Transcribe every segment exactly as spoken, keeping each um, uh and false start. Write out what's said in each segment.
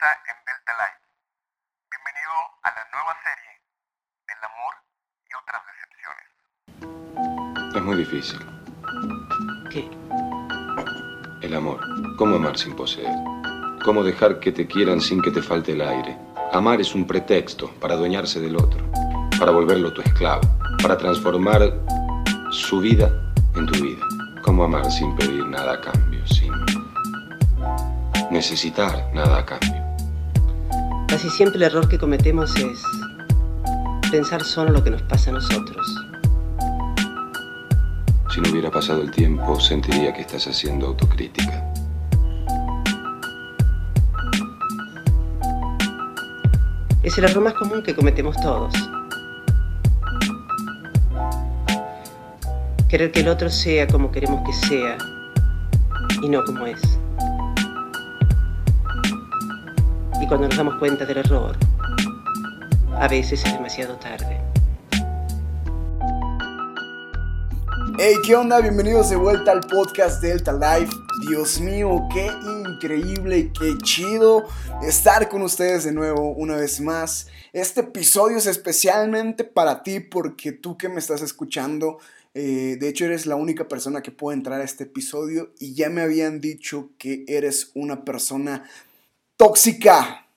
comienza en Delta Life. Bienvenido a la nueva serie del amor y otras decepciones. Es muy difícil. ¿Qué? El amor. ¿Cómo amar sin poseer? ¿Cómo dejar que te quieran sin que te falte el aire? Amar es un pretexto para adueñarse del otro, para volverlo tu esclavo, para transformar su vida en tu vida. ¿Cómo amar sin pedir nada a cambio, sin necesitar nada a cambio? Casi siempre el error que cometemos es pensar solo lo que nos pasa a nosotros. Si no hubiera pasado el tiempo, sentiría que estás haciendo autocrítica. Es el error más común que cometemos todos. Querer que el otro sea como queremos que sea y no como es. Y cuando nos damos cuenta del error, a veces es demasiado tarde. Hey, ¿qué onda? Bienvenidos de vuelta al podcast Delta Life. Dios mío, qué increíble, qué chido estar con ustedes de nuevo una vez más. Este episodio es especialmente para ti porque tú que me estás escuchando, eh, de hecho eres la única persona que puede entrar a este episodio y ya me habían dicho que eres una persona tóxica.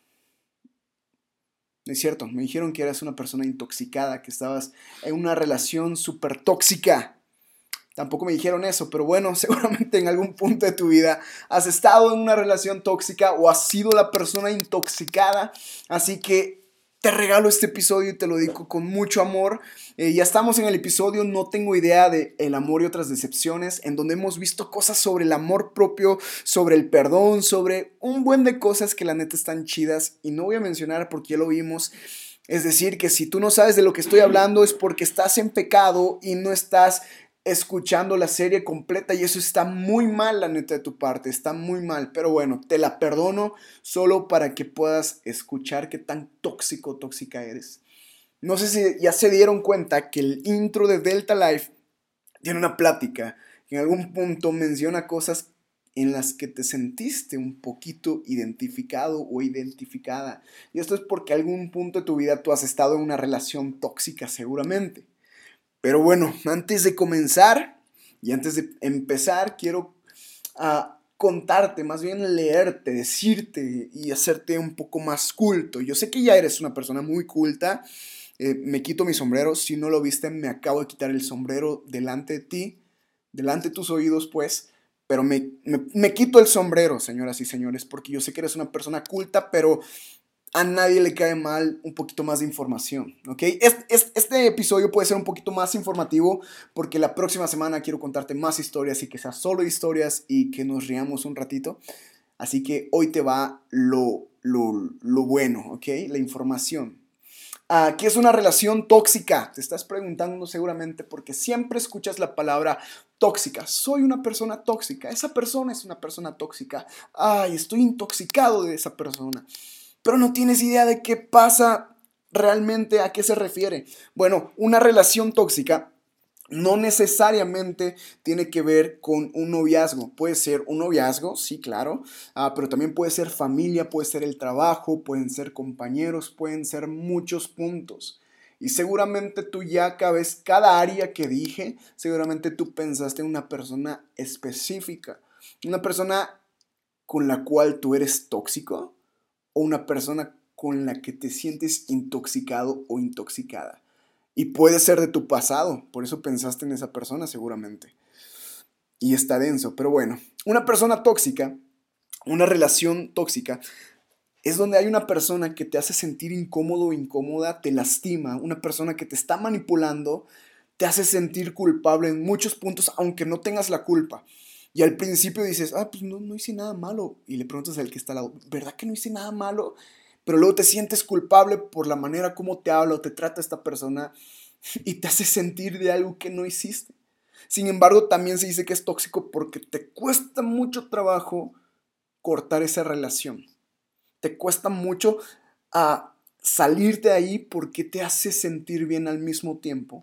No es cierto, me dijeron que eras una persona intoxicada, que estabas en una relación súper tóxica. Tampoco me dijeron eso, pero bueno, seguramente en algún punto de tu vida has estado en una relación tóxica o has sido la persona intoxicada. Así que te regalo este episodio y te lo digo con mucho amor. Eh, ya estamos en el episodio No tengo idea de el amor y otras decepciones, en donde hemos visto cosas sobre el amor propio, sobre el perdón, sobre un buen de cosas que la neta están chidas. Y no voy a mencionar porque ya lo vimos. Es decir, que si tú no sabes de lo que estoy hablando es porque estás en pecado y no estás escuchando la serie completa y eso está muy mal, la neta, de tu parte, está muy mal, pero bueno, te la perdono solo para que puedas escuchar qué tan tóxico o tóxica eres. No sé si ya se dieron cuenta que el intro de Delta Life tiene una plática que en algún punto menciona cosas en las que te sentiste un poquito identificado o identificada, y esto es porque en algún punto de tu vida tú has estado en una relación tóxica seguramente. Pero bueno, antes de comenzar y antes de empezar, quiero uh, contarte, más bien leerte, decirte y hacerte un poco más culto. Yo sé que ya eres una persona muy culta, eh, me quito mi sombrero, si no lo viste me acabo de quitar el sombrero delante de ti, delante de tus oídos pues, pero me, me, me quito el sombrero, señoras y señores, porque yo sé que eres una persona culta, pero a nadie le cae mal un poquito más de información, ¿ok? Este, este, este episodio puede ser un poquito más informativo porque la próxima semana quiero contarte más historias y que sea solo historias y que nos riamos un ratito. Así que hoy te va lo, lo, lo bueno, ¿ok? La información. Uh, ¿Qué es una relación tóxica? Te estás preguntando seguramente porque siempre escuchas la palabra tóxica. Soy una persona tóxica. Esa persona es una persona tóxica. Ay, estoy intoxicado de esa persona. Pero no tienes idea de qué pasa realmente, a qué se refiere. Bueno, una relación tóxica no necesariamente tiene que ver con un noviazgo. Puede ser un noviazgo, sí, claro, uh, pero también puede ser familia, puede ser el trabajo, pueden ser compañeros, pueden ser muchos puntos. Y seguramente tú ya cabes cada área que dije, seguramente tú pensaste en una persona específica, una persona con la cual tú eres tóxico, o una persona con la que te sientes intoxicado o intoxicada. Y puede ser de tu pasado, por eso pensaste en esa persona seguramente. Y está denso, pero bueno. Una persona tóxica, una relación tóxica, es donde hay una persona que te hace sentir incómodo o incómoda, te lastima, una persona que te está manipulando, te hace sentir culpable en muchos puntos, aunque no tengas la culpa. Y al principio dices, ah, pues no, no hice nada malo. Y le preguntas al que está al lado, ¿verdad que no hice nada malo? Pero luego te sientes culpable por la manera como te habla o te trata esta persona y te hace sentir de algo que no hiciste. Sin embargo, también se dice que es tóxico porque te cuesta mucho trabajo cortar esa relación. Te cuesta mucho a salirte de ahí porque te hace sentir bien al mismo tiempo.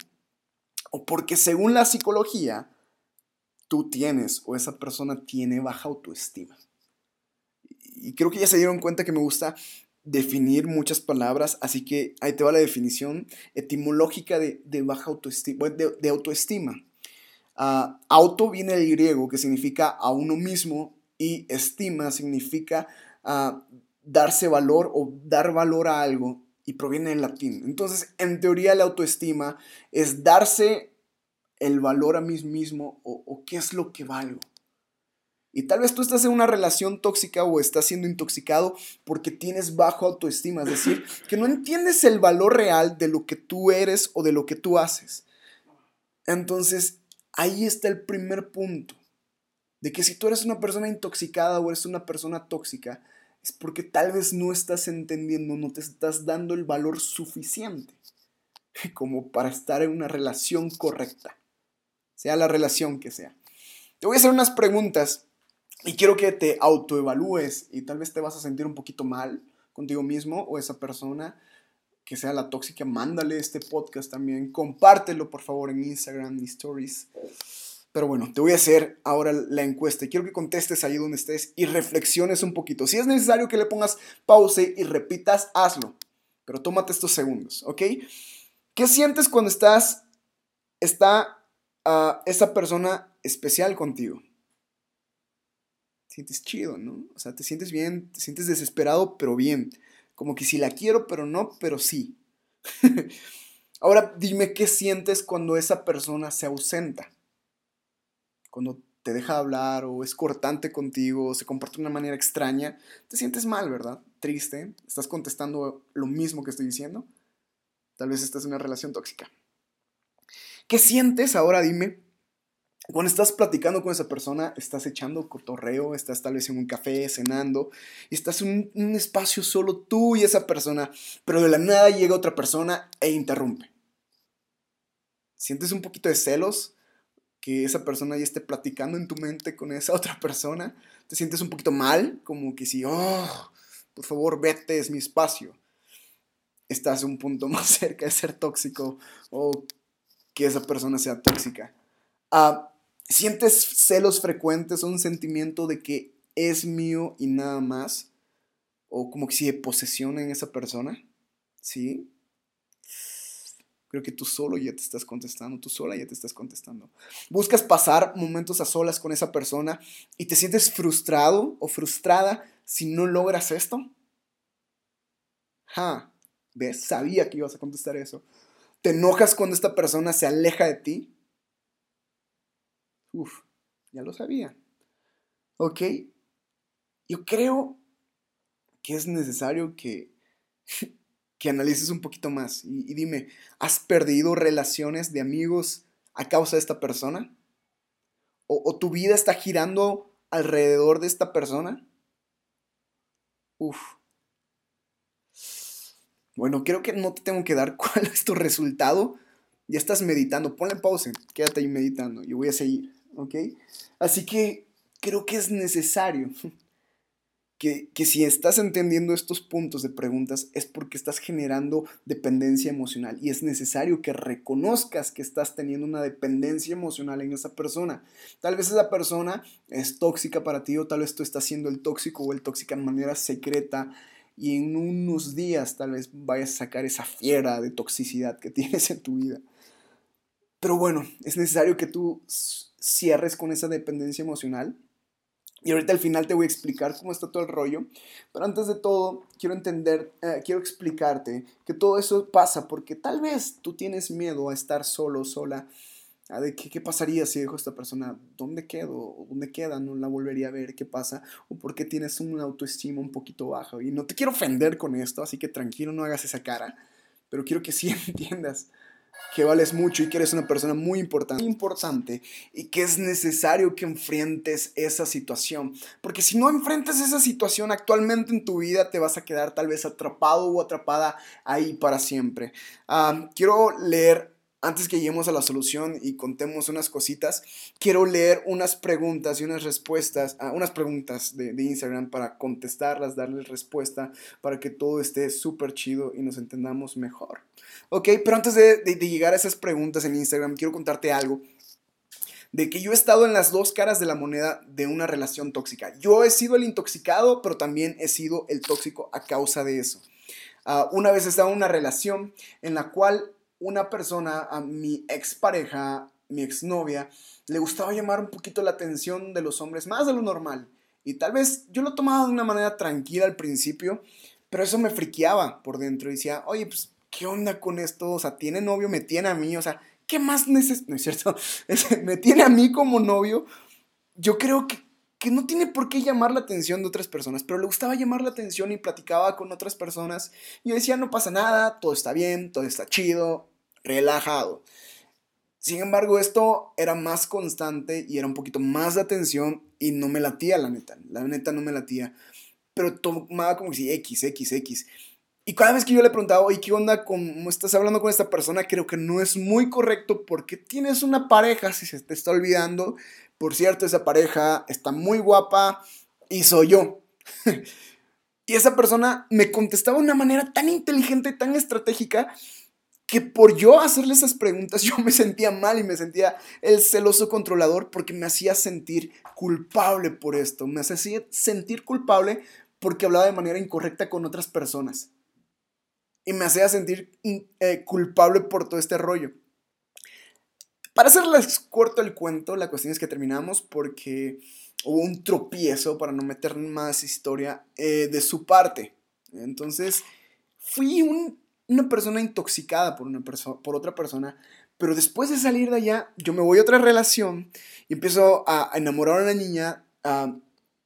O porque según la psicología, tú tienes o esa persona tiene baja autoestima. y creo que ya se dieron cuenta que me gusta definir muchas palabras, así que ahí te va la definición etimológica de, de baja autoestima, de, de autoestima. Uh, auto viene del griego, que significa a uno mismo, y estima significa uh, darse valor o dar valor a algo, y proviene del latín. Entonces, en teoría, la autoestima es darse el valor a mí mismo o, o qué es lo que valgo. Y tal vez tú estás en una relación tóxica o estás siendo intoxicado porque tienes bajo autoestima, es decir, que no entiendes el valor real de lo que tú eres o de lo que tú haces. Entonces, ahí está el primer punto, de que si tú eres una persona intoxicada o eres una persona tóxica, es porque tal vez no estás entendiendo, no te estás dando el valor suficiente como para estar en una relación correcta, sea la relación que sea. Te voy a hacer unas preguntas y quiero que te autoevalúes y tal vez te vas a sentir un poquito mal contigo mismo o esa persona que sea la tóxica. Mándale este podcast también, compártelo por favor en Instagram y Stories. Pero bueno, te voy a hacer ahora la encuesta y quiero que contestes ahí donde estés y reflexiones un poquito. Si es necesario que le pongas pause y repitas, hazlo, pero tómate estos segundos, ¿ok? ¿Qué sientes cuando estás, está uh, esa persona especial contigo? Sientes chido, ¿no? O sea, te sientes bien, te sientes desesperado, pero bien. Como que si la quiero, pero no, pero sí. Ahora dime qué sientes cuando esa persona se ausenta. Cuando te deja de hablar o es cortante contigo, o se comporta de una manera extraña, te sientes mal, ¿verdad? Triste. ¿Estás contestando lo mismo que estoy diciendo? Tal vez estás en una relación tóxica. ¿Qué sientes? Ahora dime. Cuando estás platicando con esa persona, estás echando cotorreo, estás tal vez en un café, cenando, y estás en un, un espacio solo tú y esa persona, pero de la nada llega otra persona e interrumpe. ¿Sientes un poquito de celos? Que esa persona ya esté platicando en tu mente con esa otra persona. ¿Te sientes un poquito mal? Como que si, oh, por favor, vete, es mi espacio. Estás un punto más cerca de ser tóxico o que esa persona sea tóxica. Ah... Uh, ¿Sientes celos frecuentes o un sentimiento de que es mío y nada más? ¿O como que si de posesión en esa persona? ¿Sí? Creo que tú solo ya te estás contestando, tú sola ya te estás contestando. ¿Buscas pasar momentos a solas con esa persona y te sientes frustrado o frustrada si no logras esto? Ja, ¿ves? Sabía que ibas a contestar eso. ¿Te enojas cuando esta persona se aleja de ti? Uf, ya lo sabía. Ok, yo creo que es necesario que, que analices un poquito más. Y, y dime, ¿has perdido relaciones de amigos a causa de esta persona? ¿O, o tu vida está girando alrededor de esta persona? Uf. Bueno, creo que no te tengo que dar cuál es tu resultado. Ya estás meditando. Ponle pausa, quédate ahí meditando. Yo voy a seguir. ¿Ok? Así que creo que es necesario que, que si estás entendiendo estos puntos de preguntas es porque estás generando dependencia emocional y es necesario que reconozcas que estás teniendo una dependencia emocional en esa persona. Tal vez esa persona es tóxica para ti o tal vez tú estás siendo el tóxico o el tóxica de manera secreta y en unos días tal vez vayas a sacar esa fiera de toxicidad que tienes en tu vida. Pero bueno, es necesario que tú cierres con esa dependencia emocional. Y ahorita al final te voy a explicar cómo está todo el rollo. Pero antes de todo, quiero entender, eh, quiero explicarte que todo eso pasa porque tal vez tú tienes miedo a estar solo, sola. A de qué, qué pasaría si dejo a esta persona, ¿dónde quedo? ¿Dónde queda? ¿No la volvería a ver? ¿Qué pasa? O porque tienes una autoestima un poquito baja. Y no te quiero ofender con esto, así que tranquilo, no hagas esa cara. Pero quiero que sí entiendas que vales mucho y que eres una persona muy importante, muy importante y que es necesario que enfrentes esa situación. Porque si no enfrentas esa situación actualmente en tu vida, te vas a quedar tal vez atrapado o atrapada ahí para siempre. Uh, quiero leer, antes que lleguemos a la solución y contemos unas cositas, quiero leer unas preguntas y unas respuestas, uh, unas preguntas de, de Instagram para contestarlas, darles respuesta, para que todo esté súper chido y nos entendamos mejor. Ok, pero antes de, de, de llegar a esas preguntas en Instagram, quiero contarte algo de que yo he estado en las dos caras de la moneda de una relación tóxica. Yo he sido el intoxicado, pero también he sido el tóxico a causa de eso. Uh, una vez estaba en una relación en la cual una persona, a mi expareja, mi exnovia, le gustaba llamar un poquito la atención de los hombres, más de lo normal. Y tal vez yo lo tomaba de una manera tranquila al principio, pero eso me friqueaba por dentro. Y decía, oye, pues, ¿qué onda con esto? O sea, tiene novio, me tiene a mí, o sea, ¿qué más necesito? No es cierto, me tiene a mí como novio. Yo creo que, que no tiene por qué llamar la atención de otras personas, pero le gustaba llamar la atención y platicaba con otras personas. Y yo decía, no pasa nada, todo está bien, todo está chido, relajado. Sin embargo, esto era más constante y era un poquito más de atención y no me latía, la neta. La neta no me latía. Pero tomaba como que sí, X, X, X. Y cada vez que yo le preguntaba, oye, ¿qué onda? ¿Cómo estás hablando con esta persona? Creo que no es muy correcto porque tienes una pareja, si se te está olvidando. Por cierto, esa pareja está muy guapa y soy yo. Y esa persona me contestaba de una manera tan inteligente, tan estratégica, que por yo hacerle esas preguntas yo me sentía mal y me sentía el celoso controlador porque me hacía sentir culpable por esto. Me hacía sentir culpable porque hablaba de manera incorrecta con otras personas. Y me hacía sentir eh, culpable por todo este rollo. Para hacerles corto el cuento, la cuestión es que terminamos porque hubo un tropiezo, para no meter más historia, eh, de su parte. Entonces, fui un, una persona intoxicada por, una perso- por otra persona, pero después de salir de allá, yo me voy a otra relación y empiezo a, a enamorar a una niña uh,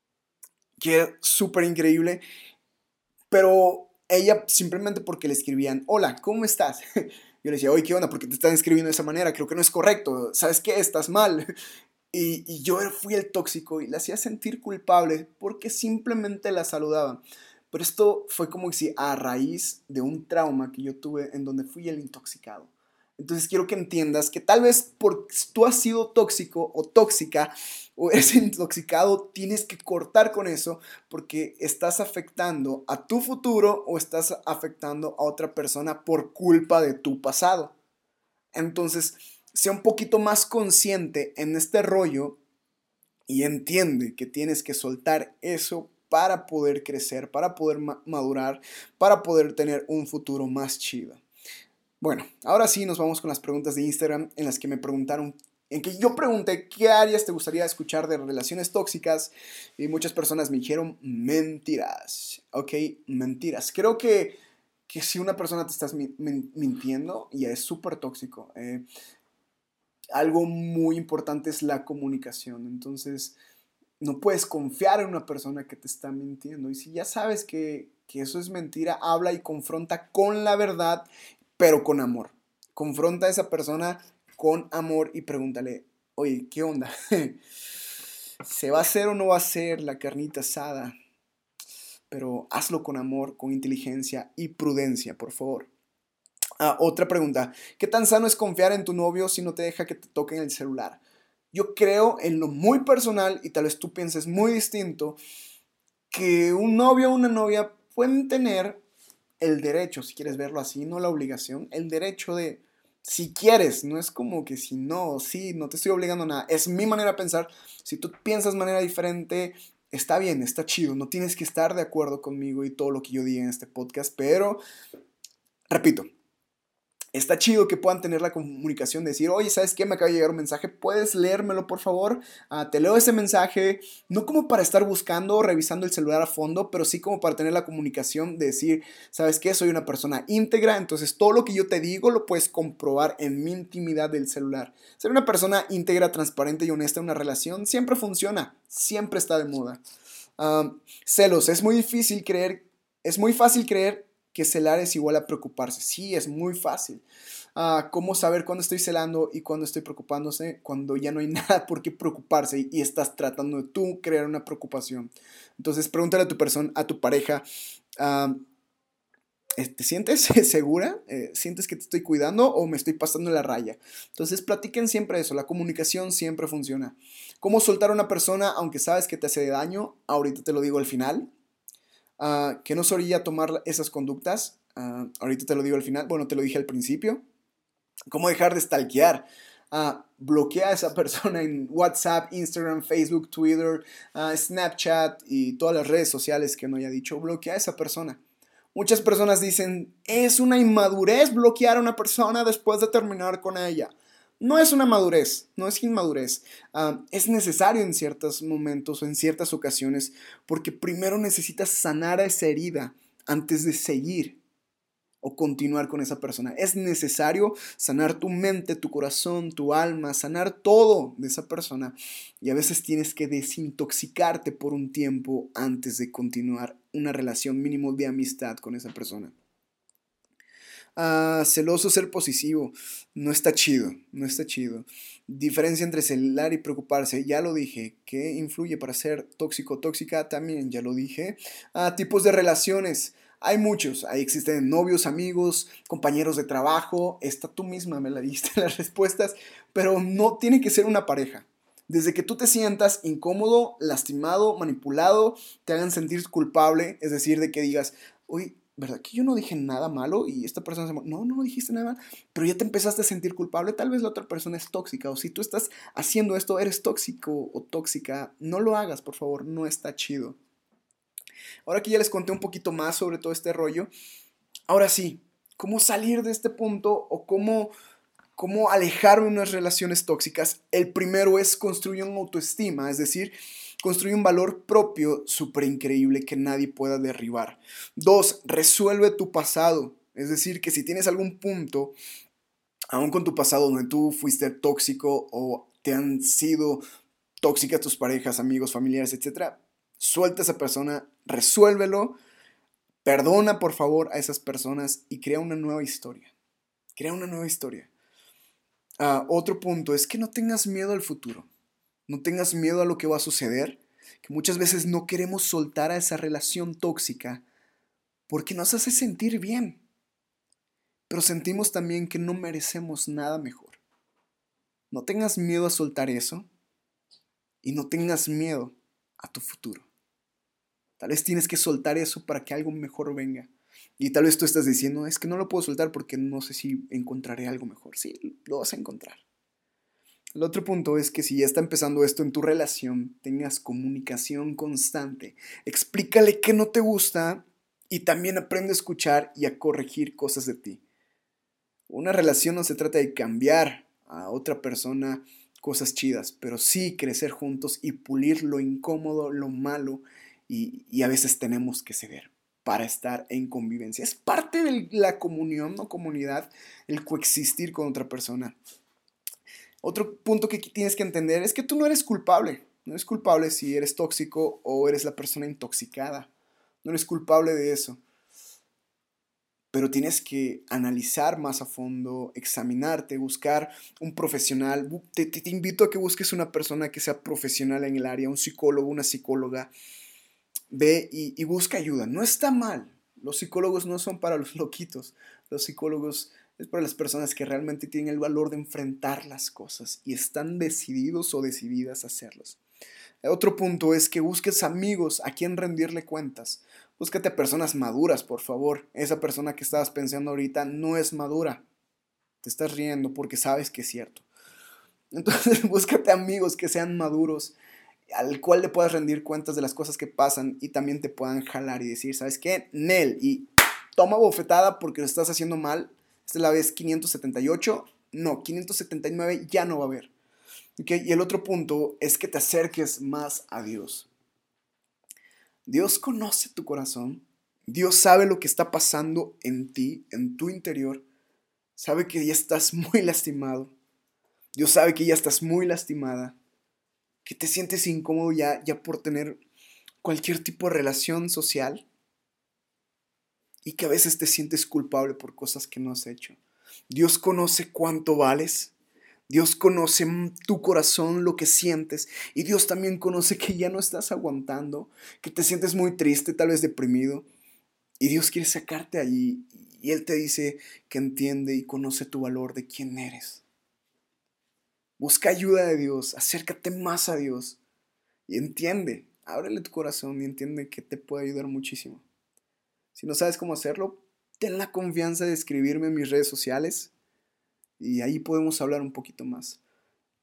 que es súper increíble, pero ella simplemente porque le escribían, hola, ¿cómo estás? Yo le decía, oye, ¿qué onda? ¿Por qué te están escribiendo de esa manera? Creo que no es correcto. ¿Sabes qué? Estás mal. Y, y yo fui el tóxico y la hacía sentir culpable porque simplemente la saludaba. Pero esto fue como si a raíz de un trauma que yo tuve en donde fui el intoxicado. Entonces quiero que entiendas que tal vez porque tú has sido tóxico o tóxica o eres intoxicado, tienes que cortar con eso porque estás afectando a tu futuro o estás afectando a otra persona por culpa de tu pasado. Entonces, sea un poquito más consciente en este rollo y entiende que tienes que soltar eso para poder crecer, para poder ma- madurar, para poder tener un futuro más chido. Bueno, ahora sí nos vamos con las preguntas de Instagram en las que me preguntaron, en que yo pregunté qué áreas te gustaría escuchar de relaciones tóxicas y muchas personas me dijeron mentiras, ok, mentiras. Creo que, que si una persona te estás mi- min- mintiendo ya es súper tóxico. Eh, algo muy importante es la comunicación, entonces no puedes confiar en una persona que te está mintiendo y si ya sabes que, que eso es mentira, habla y confronta con la verdad, pero con amor. Confronta a esa persona con amor y pregúntale, oye, ¿qué onda? ¿Se va a hacer o no va a hacer la carnita asada? Pero hazlo con amor, con inteligencia y prudencia, por favor. Ah, otra pregunta, ¿qué tan sano es confiar en tu novio si no te deja que te toquen el celular? Yo creo en lo muy personal, y tal vez tú pienses muy distinto, que un novio o una novia pueden tener el derecho, si quieres verlo así, no la obligación, el derecho de, si quieres, no es como que si no, sí, no te estoy obligando a nada, es mi manera de pensar, si tú piensas de manera diferente, está bien, está chido, no tienes que estar de acuerdo conmigo y todo lo que yo diga en este podcast, pero, repito, está chido que puedan tener la comunicación de decir, oye, ¿sabes qué? Me acaba de llegar un mensaje, ¿puedes leérmelo, por favor? Uh, te leo ese mensaje, no como para estar buscando o revisando el celular a fondo, pero sí como para tener la comunicación de decir, ¿sabes qué? Soy una persona íntegra, entonces todo lo que yo te digo lo puedes comprobar en mi intimidad del celular. Ser una persona íntegra, transparente y honesta en una relación siempre funciona, siempre está de moda. Uh, celos, es muy difícil creer, es muy fácil creer que celar es igual a preocuparse. Sí, es muy fácil. Uh, ¿Cómo saber cuándo estoy celando y cuándo estoy preocupándose? Cuando ya no hay nada por qué preocuparse y, y estás tratando de tú crear una preocupación. Entonces, pregúntale a tu persona, a tu pareja, uh, ¿te sientes segura? Eh, ¿Sientes que te estoy cuidando o me estoy pasando la raya? Entonces, platiquen siempre eso. La comunicación siempre funciona. ¿Cómo soltar a una persona aunque sabes que te hace daño? Ahorita te lo digo al final. Uh, que no se orilla a tomar esas conductas. Uh, ahorita te lo digo al final. Bueno, te lo dije al principio. ¿Cómo dejar de stalkear? Uh, bloquea a esa persona en WhatsApp, Instagram, Facebook, Twitter, uh, Snapchat y todas las redes sociales que no haya dicho. Bloquea a esa persona. Muchas personas dicen, es una inmadurez bloquear a una persona después de terminar con ella. No es una madurez, no es inmadurez. Uh, es necesario en ciertos momentos o en ciertas ocasiones porque primero necesitas sanar esa herida antes de seguir o continuar con esa persona. Es necesario sanar tu mente, tu corazón, tu alma, sanar todo de esa persona. Y a veces tienes que desintoxicarte por un tiempo antes de continuar una relación mínimo de amistad con esa persona. Uh, celoso, ser posesivo, no está chido, no está chido. Diferencia entre celar y preocuparse, ya lo dije. ¿Qué influye para ser tóxico, tóxica? También ya lo dije. Uh, tipos de relaciones, hay muchos. Ahí existen novios, amigos, compañeros de trabajo. Esta tú misma me la diste las respuestas, pero no tiene que ser una pareja. Desde que tú te sientas incómodo, lastimado, manipulado, te hagan sentir culpable, es decir, de que digas, uy, ¿verdad que yo no dije nada malo? Y esta persona se... No, no dijiste nada mal, pero ya te empezaste a sentir culpable. Tal vez la otra persona es tóxica. O si tú estás haciendo esto, eres tóxico o tóxica. No lo hagas, por favor. No está chido. Ahora que ya les conté un poquito más sobre todo este rollo, ahora sí, ¿cómo salir de este punto o cómo, cómo alejarme de unas relaciones tóxicas? El primero es construir una autoestima, es decir, construye un valor propio súper increíble que nadie pueda derribar. Dos, resuelve tu pasado. Es decir, que si tienes algún punto, aún con tu pasado, donde tú fuiste tóxico o te han sido tóxicas tus parejas, amigos, familiares, etcétera, suelta a esa persona, resuélvelo, perdona por favor a esas personas y crea una nueva historia. Crea una nueva historia. Uh, otro punto es que no tengas miedo al futuro. No tengas miedo a lo que va a suceder, que muchas veces no queremos soltar a esa relación tóxica porque nos hace sentir bien, pero sentimos también que no merecemos nada mejor. No tengas miedo a soltar eso y no tengas miedo a tu futuro. Tal vez tienes que soltar eso para que algo mejor venga. Y tal vez tú estás diciendo, es que no lo puedo soltar porque no sé si encontraré algo mejor. Sí, lo vas a encontrar. El otro punto es que si ya está empezando esto en tu relación, tengas comunicación constante. Explícale qué no te gusta y también aprende a escuchar y a corregir cosas de ti. Una relación no se trata de cambiar a otra persona cosas chidas, pero sí crecer juntos y pulir lo incómodo, lo malo y, y a veces tenemos que ceder para estar en convivencia. Es parte de la comunión o comunidad el coexistir con otra persona. Otro punto que tienes que entender es que tú no eres culpable. No eres culpable si eres tóxico o eres la persona intoxicada. No eres culpable de eso. Pero tienes que analizar más a fondo, examinarte, buscar un profesional. Te, te, te invito a que busques una persona que sea profesional en el área, un psicólogo, una psicóloga. Ve y, y busca ayuda. No está mal. Los psicólogos no son para los loquitos. Los psicólogos es para las personas que realmente tienen el valor de enfrentar las cosas y están decididos o decididas a hacerlos. Otro punto es que busques amigos a quien rendirle cuentas. Búscate personas maduras, por favor. Esa persona que estabas pensando ahorita no es madura. Te estás riendo porque sabes que es cierto. Entonces búscate amigos que sean maduros, al cual le puedas rendir cuentas de las cosas que pasan y también te puedan jalar y decir, ¿sabes qué? Nel, y toma bofetada porque lo estás haciendo mal. Esta es la vez quinientos setenta y ocho. No, quinientos setenta y nueve ya no va a haber. ¿Okay? Y el otro punto es que te acerques más a Dios. Dios conoce tu corazón. Dios sabe lo que está pasando en ti, en tu interior. Sabe que ya estás muy lastimado. Dios sabe que ya estás muy lastimada. Que te sientes incómodo ya, ya por tener cualquier tipo de relación social. Y que a veces te sientes culpable por cosas que no has hecho. Dios conoce cuánto vales. Dios conoce tu corazón, lo que sientes. Y Dios también conoce que ya no estás aguantando, que te sientes muy triste, tal vez deprimido. Y Dios quiere sacarte allí. Y Él te dice que entiende y conoce tu valor de quién eres. Busca ayuda de Dios, acércate más a Dios. Y entiende, ábrele tu corazón y entiende que te puede ayudar muchísimo. Si no sabes cómo hacerlo, ten la confianza de escribirme en mis redes sociales y ahí podemos hablar un poquito más.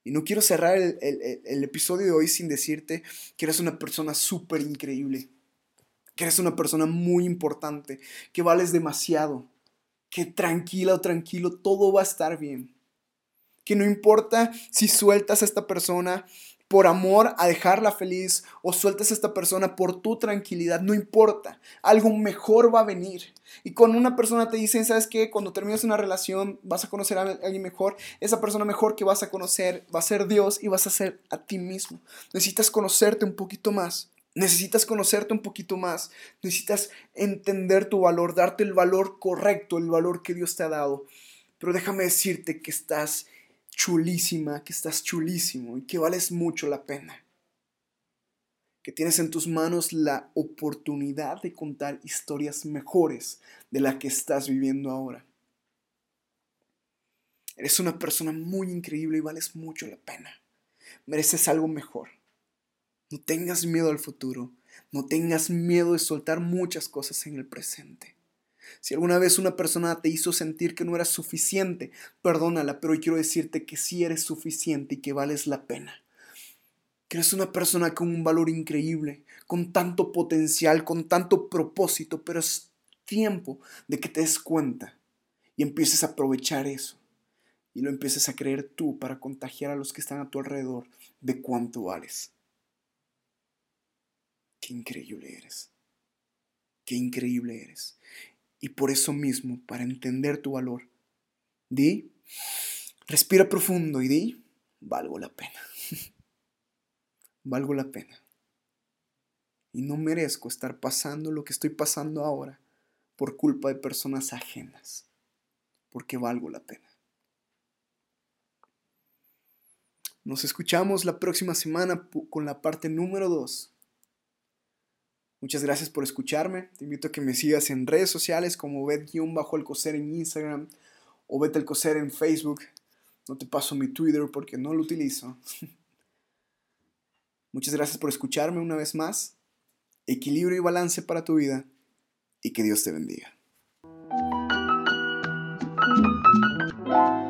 Y no quiero cerrar el, el, el episodio de hoy sin decirte que eres una persona súper increíble, que eres una persona muy importante, que vales demasiado, que tranquila o tranquilo, todo va a estar bien. Que no importa si sueltas a esta persona por amor a dejarla feliz o sueltas a esta persona por tu tranquilidad, no importa, algo mejor va a venir. Y cuando una persona te dice, ¿sabes qué? Cuando terminas una relación vas a conocer a alguien mejor, esa persona mejor que vas a conocer va a ser Dios y vas a ser a ti mismo. Necesitas conocerte un poquito más, necesitas conocerte un poquito más, necesitas entender tu valor, darte el valor correcto, el valor que Dios te ha dado. Pero déjame decirte que estás chulísima, que estás chulísimo y que vales mucho la pena. Que tienes en tus manos la oportunidad de contar historias mejores de la que estás viviendo ahora. Eres una persona muy increíble y vales mucho la pena. Mereces algo mejor. No tengas miedo al futuro. No tengas miedo de soltar muchas cosas en el presente. Si alguna vez una persona te hizo sentir que no eras suficiente, perdónala, pero hoy quiero decirte que sí eres suficiente y que vales la pena. Que eres una persona con un valor increíble, con tanto potencial, con tanto propósito, pero es tiempo de que te des cuenta y empieces a aprovechar eso y lo empieces a creer tú para contagiar a los que están a tu alrededor de cuánto vales. Qué increíble eres. Qué increíble eres. Y por eso mismo, para entender tu valor, di, respira profundo y di, valgo la pena. Valgo la pena. Y no merezco estar pasando lo que estoy pasando ahora por culpa de personas ajenas, porque valgo la pena. Nos escuchamos la próxima semana con la parte número dos. Muchas gracias por escucharme. Te invito a que me sigas en redes sociales como Bet-Alcocer en Instagram o Bet Alcocer en Facebook. No te paso mi Twitter porque no lo utilizo. Muchas gracias por escucharme una vez más. Equilibrio y balance para tu vida y que Dios te bendiga.